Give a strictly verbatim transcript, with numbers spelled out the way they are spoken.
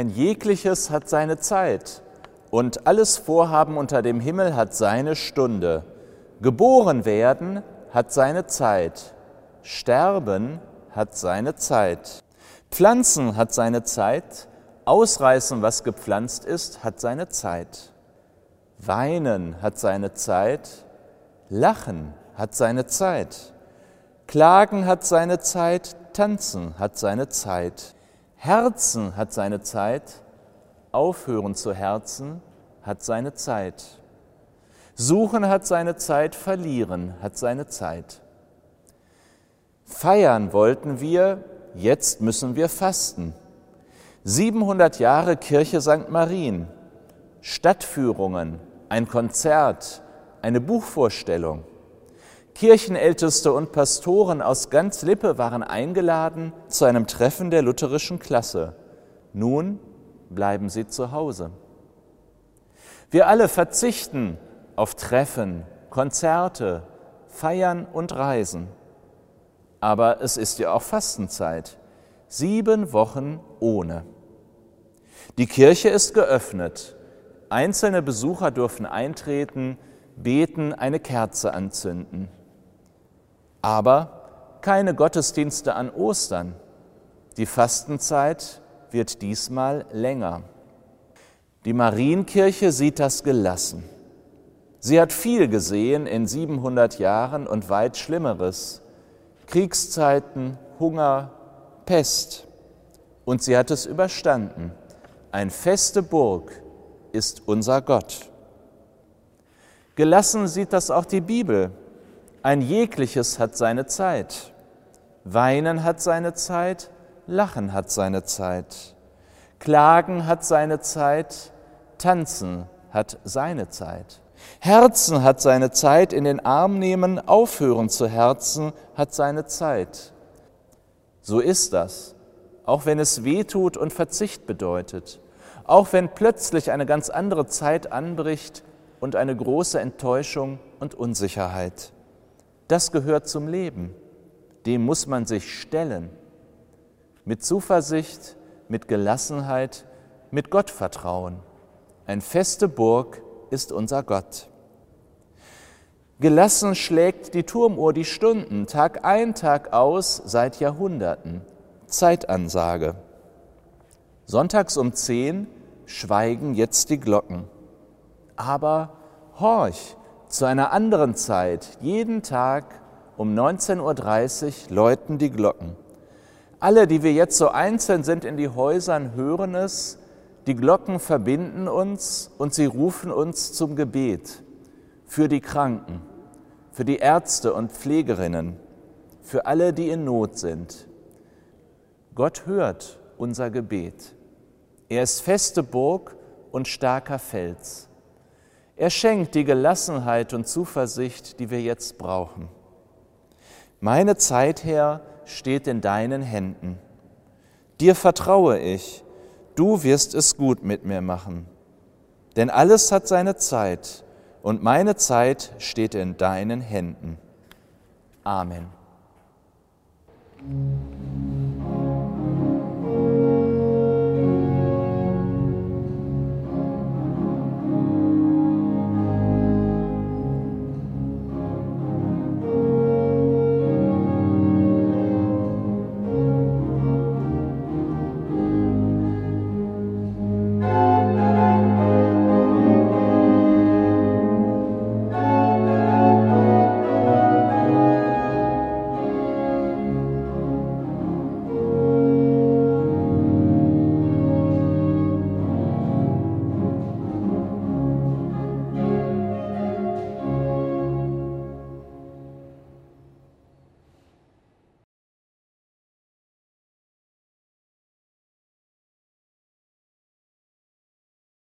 Ein jegliches hat seine Zeit und alles Vorhaben unter dem Himmel hat seine Stunde. Geboren werden hat seine Zeit, Sterben hat seine Zeit. Pflanzen hat seine Zeit, ausreißen, was gepflanzt ist, hat seine Zeit. Weinen hat seine Zeit, Lachen hat seine Zeit. Klagen hat seine Zeit, tanzen hat seine Zeit. Herzen hat seine Zeit, aufhören zu herzen hat seine Zeit. Suchen hat seine Zeit, verlieren hat seine Zeit. Feiern wollten wir, jetzt müssen wir fasten. siebenhundert Jahre Kirche Sankt Marien, Stadtführungen, ein Konzert, eine Buchvorstellung. Kirchenälteste und Pastoren aus ganz Lippe waren eingeladen zu einem Treffen der lutherischen Klasse. Nun bleiben sie zu Hause. Wir alle verzichten auf Treffen, Konzerte, Feiern und Reisen. Aber es ist ja auch Fastenzeit. Sieben Wochen ohne. Die Kirche ist geöffnet. Einzelne Besucher dürfen eintreten, beten, eine Kerze anzünden. Aber keine Gottesdienste an Ostern. Die Fastenzeit wird diesmal länger. Die Marienkirche sieht das gelassen. Sie hat viel gesehen in siebenhundert Jahren und weit Schlimmeres. Kriegszeiten, Hunger, Pest. Und sie hat es überstanden. Ein feste Burg ist unser Gott. Gelassen sieht das auch die Bibel. Ein jegliches hat seine Zeit. Weinen hat seine Zeit, Lachen hat seine Zeit. Klagen hat seine Zeit, Tanzen hat seine Zeit. Herzen hat seine Zeit, in den Arm nehmen, aufhören zu herzen, hat seine Zeit. So ist das, auch wenn es weh tut und Verzicht bedeutet, auch wenn plötzlich eine ganz andere Zeit anbricht und eine große Enttäuschung und Unsicherheit. Das gehört zum Leben, dem muss man sich stellen, mit Zuversicht, mit Gelassenheit, mit Gottvertrauen. Eine feste Burg ist unser Gott. Gelassen schlägt die Turmuhr die Stunden, Tag ein, Tag aus, seit Jahrhunderten. Zeitansage. Sonntags um zehn schweigen jetzt die Glocken. Aber horch, zu einer anderen Zeit, jeden Tag um neunzehn Uhr dreißig läuten die Glocken. Alle, die wir jetzt so einzeln sind in die Häusern, hören es. Die Glocken verbinden uns und sie rufen uns zum Gebet für die Kranken, für die Ärzte und Pflegerinnen, für alle, die in Not sind. Gott hört unser Gebet. Er ist feste Burg und starker Fels. Er schenkt die Gelassenheit und Zuversicht, die wir jetzt brauchen. Meine Zeit, Herr, steht in deinen Händen. Dir vertraue ich, du wirst es gut mit mir machen. Denn alles hat seine Zeit und meine Zeit steht in deinen Händen. Amen.